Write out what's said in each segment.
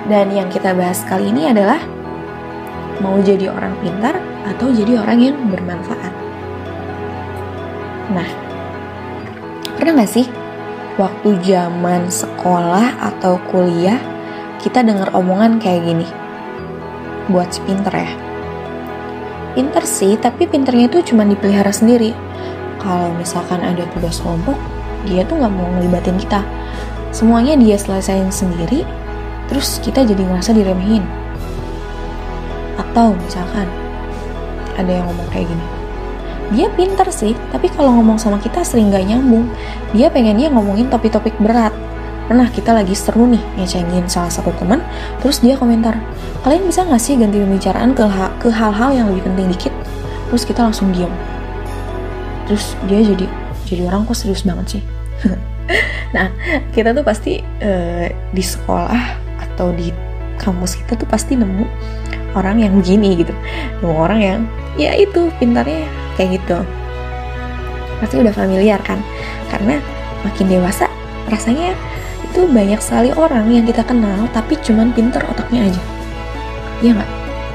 Dan yang kita bahas kali ini adalah mau jadi orang pintar atau jadi orang yang bermanfaat. Nah, pernah gak sih waktu zaman sekolah atau kuliah kita dengar omongan kayak gini? Buat si pinter ya. Pinter sih, tapi pinternya itu cuma dipelihara sendiri. Kalau misalkan ada tugas kelompok, dia tuh gak mau ngelibatin kita. Semuanya dia selesaiin sendiri, terus kita jadi ngerasa diremehin. Atau misalkan ada yang ngomong kayak gini, dia pintar sih, tapi kalau ngomong sama kita sering gak nyambung. Dia pengennya ngomongin topik-topik berat. Pernah kita lagi seru nih ngecengin salah satu teman, terus dia komentar, kalian bisa gak sih ganti pembicaraan ke hal-hal yang lebih penting dikit? Terus kita langsung diam. Terus dia jadi orang kok serius banget sih. Nah, kita tuh pasti di sekolah atau di kampus kita tuh pasti nemu orang yang begini gitu. Nemu orang yang ya itu pintarnya kayak gitu. Pasti udah familiar kan? Karena makin dewasa rasanya itu banyak sekali orang yang kita kenal tapi cuman pintar otaknya aja. Iya nggak?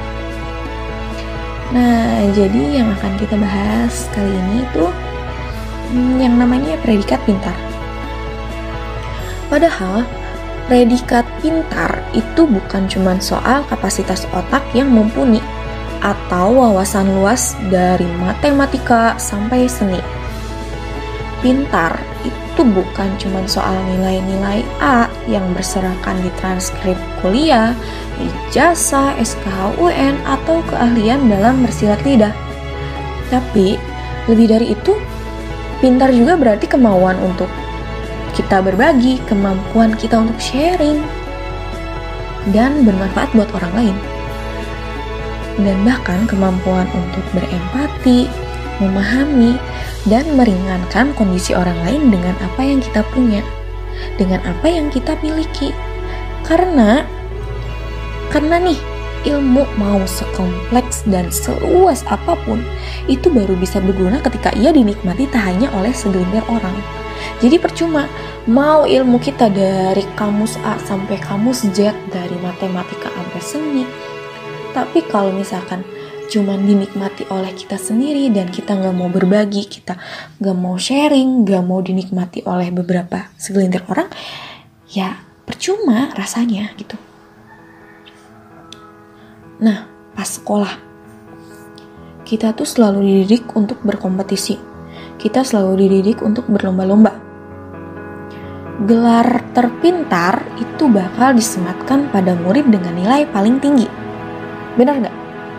Nah, jadi yang akan kita bahas kali ini itu yang namanya predikat pintar. Padahal predikat pintar itu bukan cuma soal kapasitas otak yang mumpuni atau wawasan luas dari matematika sampai seni. Pintar itu bukan cuma soal nilai-nilai A yang berserakan di transkrip kuliah, ijazah, SKHUN, atau keahlian dalam bersilat lidah. Tapi lebih dari itu, pintar juga berarti kemauan untuk kita berbagi, kemampuan kita untuk sharing, dan bermanfaat buat orang lain. Dan bahkan kemampuan untuk berempati, memahami, dan meringankan kondisi orang lain dengan apa yang kita punya, dengan apa yang kita miliki. Karena nih, ilmu mau sekompleks dan seluas apapun, itu baru bisa berguna ketika ia dinikmati tak hanya oleh segelintir orang. Jadi percuma mau ilmu kita dari kamus A sampai kamus Z, dari matematika sampai seni, tapi kalau misalkan cuma dinikmati oleh kita sendiri dan kita gak mau berbagi, kita gak mau sharing, gak mau dinikmati oleh beberapa segelintir orang, ya percuma rasanya gitu. Nah, pas sekolah kita tuh selalu dididik untuk berkompetisi. Kita selalu dididik untuk berlomba-lomba. Gelar terpintar itu bakal disematkan pada murid dengan nilai paling tinggi. Benar nggak?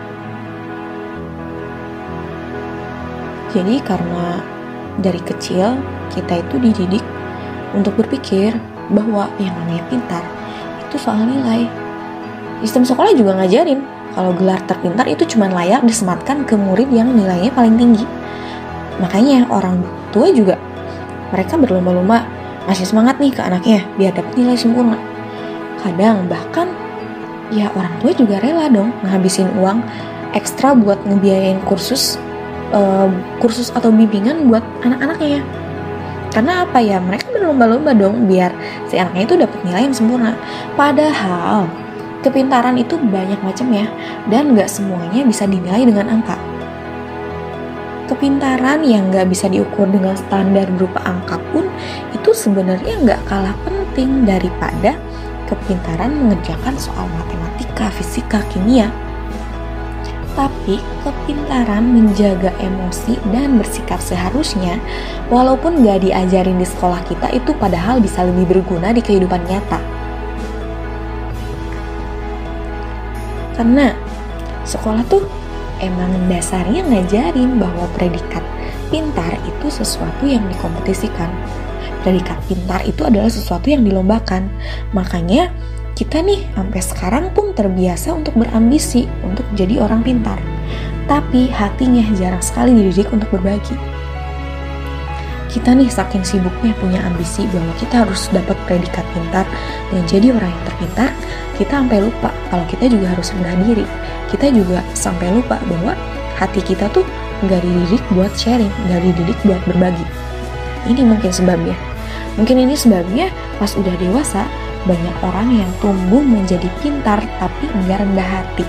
Jadi karena dari kecil kita itu dididik untuk berpikir bahwa yang namanya pintar itu soal nilai. Sistem sekolah juga ngajarin kalau gelar terpintar itu cuma layak disematkan ke murid yang nilainya paling tinggi. Makanya orang tua juga mereka berlomba-lomba ngasih semangat nih ke anaknya biar dapat nilai sempurna. Kadang bahkan ya orang tua juga rela dong ngabisin uang ekstra buat ngebiayain kursus atau bimbingan buat anak-anaknya. Karena apa ya? Mereka berlomba-lomba dong biar si anaknya itu dapat nilai yang sempurna. Padahal kepintaran itu banyak macamnya dan gak semuanya bisa dinilai dengan angka. Kepintaran yang gak bisa diukur dengan standar berupa angka pun itu sebenarnya gak kalah penting daripada kepintaran mengerjakan soal matematika, fisika, kimia. Tapi kepintaran menjaga emosi dan bersikap seharusnya walaupun gak diajarin di sekolah kita itu padahal bisa lebih berguna di kehidupan nyata. Karena sekolah tuh emang dasarnya ngajarin bahwa predikat pintar itu sesuatu yang dikompetisikan. Predikat pintar itu adalah sesuatu yang dilombakan. Makanya kita nih sampai sekarang pun terbiasa untuk berambisi untuk jadi orang pintar. Tapi hatinya jarang sekali dididik untuk berbagi. Kita nih saking sibuknya punya ambisi bahwa kita harus dapat predikat pintar dan jadi orang yang terpintar, kita sampai lupa kalau kita juga harus rendah diri. Kita juga sampai lupa bahwa hati kita tuh gak dididik buat sharing, gak dididik buat berbagi. Ini mungkin sebabnya. Mungkin ini sebabnya pas udah dewasa, banyak orang yang tumbuh menjadi pintar tapi enggak rendah hati.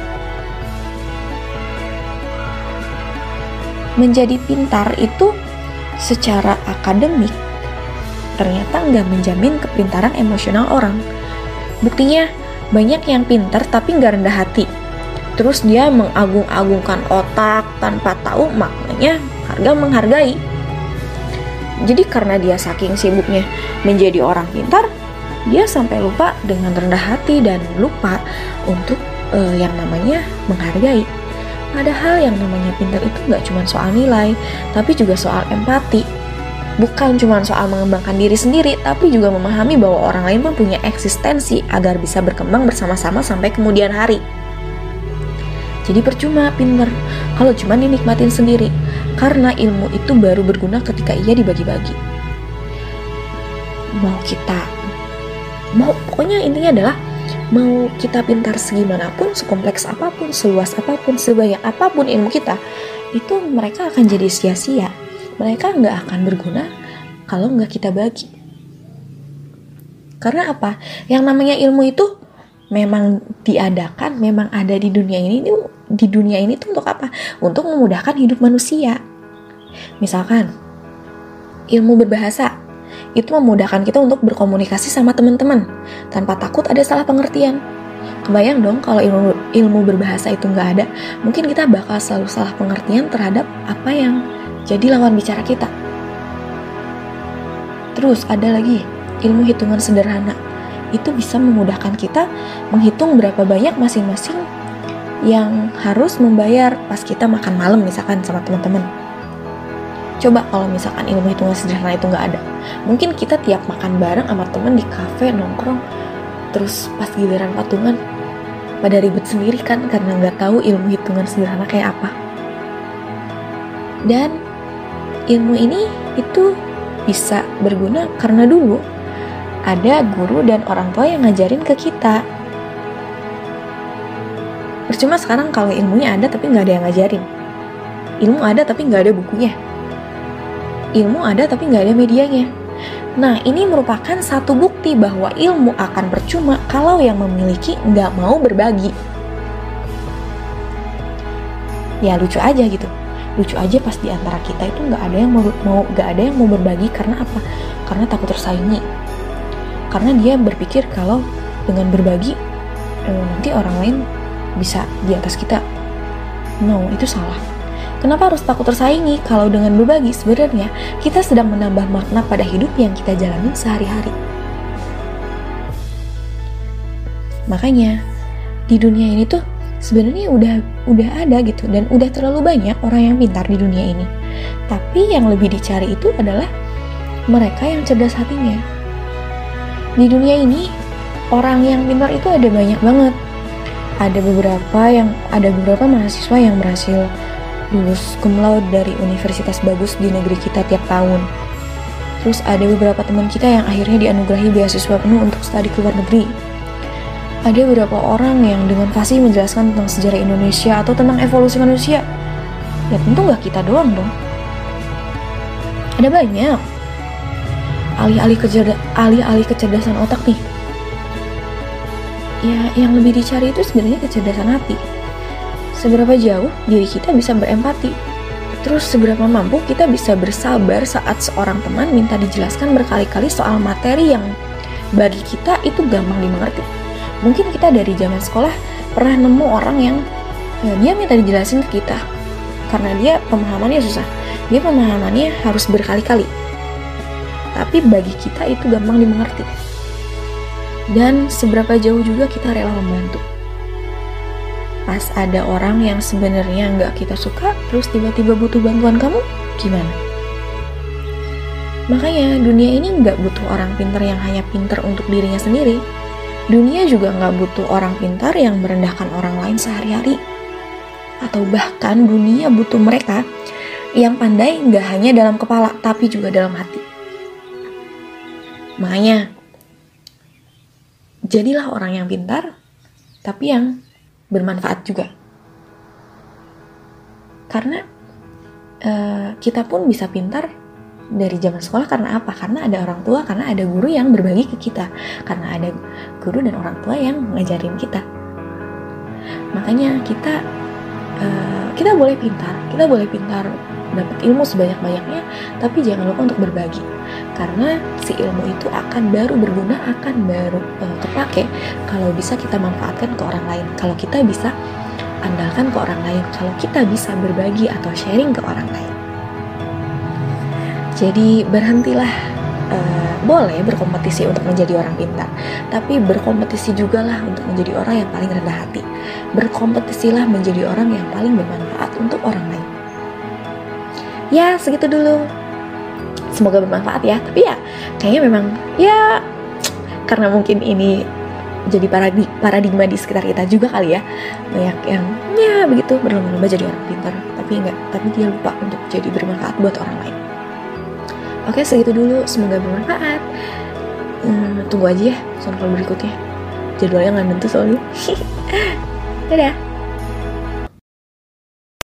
Menjadi pintar itu secara akademik ternyata nggak menjamin kepintaran emosional orang. Buktinya, banyak yang pintar tapi nggak rendah hati. Terus dia mengagung-agungkan otak tanpa tahu maknanya harga menghargai. Jadi karena dia saking sibuknya menjadi orang pintar, dia sampai lupa dengan rendah hati dan lupa untuk yang namanya menghargai. Padahal yang namanya pintar itu nggak cuma soal nilai, tapi juga soal empati. Bukan cuma soal mengembangkan diri sendiri, tapi juga memahami bahwa orang lain pun punya eksistensi agar bisa berkembang bersama-sama sampai kemudian hari. Jadi percuma pintar kalau cuma dinikmatin sendiri, karena ilmu itu baru berguna ketika ia dibagi-bagi. Pokoknya intinya adalah mau kita pintar segimanapun, sekompleks apapun, seluas apapun, sebanyak apapun ilmu kita, itu mereka akan jadi sia-sia. Mereka nggak akan berguna kalau nggak kita bagi. Karena apa? Yang namanya ilmu itu memang diadakan, memang ada di dunia ini. Di dunia ini tuh untuk apa? Untuk memudahkan hidup manusia. Misalkan ilmu berbahasa itu memudahkan kita untuk berkomunikasi sama teman-teman tanpa takut ada salah pengertian. Kebayang dong kalau ilmu berbahasa itu nggak ada, mungkin kita bakal selalu salah pengertian terhadap apa yang jadi lawan bicara kita. Terus ada lagi ilmu hitungan sederhana. Itu bisa memudahkan kita menghitung berapa banyak masing-masing yang harus membayar pas kita makan malam misalkan sama teman-teman. Coba kalau misalkan ilmu hitungan sederhana itu nggak ada, mungkin kita tiap makan bareng sama teman di kafe nongkrong, terus pas giliran patungan pada ribet sendiri kan karena nggak tahu ilmu hitungan sederhana kayak apa. Dan ilmu ini itu bisa berguna karena dulu ada guru dan orang tua yang ngajarin ke kita. Percuma sekarang kalau ilmunya ada tapi nggak ada yang ngajarin. Ilmu ada tapi nggak ada bukunya. Ilmu ada tapi nggak ada medianya. Nah, ini merupakan satu bukti bahwa ilmu akan percuma kalau yang memiliki nggak mau berbagi. Ya lucu aja gitu. Lucu aja pas di antara kita itu nggak ada yang mau berbagi. Karena apa? Karena takut tersaingi. Karena dia berpikir kalau dengan berbagi nanti orang lain bisa di atas kita. No, itu salah. Kenapa harus takut tersaingi kalau dengan berbagi sebenarnya kita sedang menambah makna pada hidup yang kita jalani sehari-hari. Makanya di dunia ini tuh sebenarnya udah ada gitu, dan udah terlalu banyak orang yang pintar di dunia ini. Tapi yang lebih dicari itu adalah mereka yang cerdas hatinya. Di dunia ini orang yang pintar itu ada banyak banget. Ada beberapa mahasiswa yang berhasil lulus cum laude dari universitas bagus di negeri kita tiap tahun. Terus ada beberapa teman kita yang akhirnya dianugerahi beasiswa penuh untuk studi ke luar negeri. Ada beberapa orang yang dengan fasih menjelaskan tentang sejarah Indonesia atau tentang evolusi manusia. Ya tentu nggak kita doang dong. Ada banyak alih-alih kecerdasan otak nih. Ya yang lebih dicari itu sebenarnya kecerdasan hati. Seberapa jauh diri kita bisa berempati. Terus seberapa mampu kita bisa bersabar saat seorang teman minta dijelaskan berkali-kali soal materi yang bagi kita itu gampang dimengerti. Mungkin kita dari zaman sekolah pernah nemu orang yang dia minta dijelasin ke kita karena dia pemahamannya susah. Dia pemahamannya harus berkali-kali. Tapi bagi kita itu gampang dimengerti. Dan seberapa jauh juga kita rela membantu. Pas ada orang yang sebenarnya nggak kita suka, terus tiba-tiba butuh bantuan kamu, gimana? Makanya dunia ini nggak butuh orang pintar yang hanya pintar untuk dirinya sendiri. Dunia juga nggak butuh orang pintar yang merendahkan orang lain sehari-hari. Atau bahkan dunia butuh mereka yang pandai nggak hanya dalam kepala, tapi juga dalam hati. Makanya, jadilah orang yang pintar, tapi yang bermanfaat juga. Karena kita pun bisa pintar dari zaman sekolah karena apa? Karena ada orang tua, karena ada guru yang berbagi ke kita, karena ada guru dan orang tua yang ngajarin kita. Makanya kita boleh pintar dapat ilmu sebanyak-banyaknya, tapi jangan lupa untuk berbagi, karena si ilmu itu akan baru berguna, akan baru kepake kalau bisa kita manfaatkan ke orang lain, kalau kita bisa andalkan ke orang lain, kalau kita bisa berbagi atau sharing ke orang lain. Jadi berhentilah, boleh berkompetisi untuk menjadi orang pintar, tapi berkompetisi juga lah untuk menjadi orang yang paling rendah hati. Berkompetisilah menjadi orang yang paling bermanfaat untuk orang lain. Ya, segitu dulu. Semoga bermanfaat ya. Tapi ya, kayaknya memang ya karena mungkin ini jadi paradigma di sekitar kita juga kali ya. Banyak yang ya begitu berlomba-lomba jadi orang pintar, tapi dia lupa untuk jadi bermanfaat buat orang lain. Oke, segitu dulu. Semoga bermanfaat. Tunggu aja ya soal berikutnya. Jadwalnya nggak tentu soalnya. Dadah.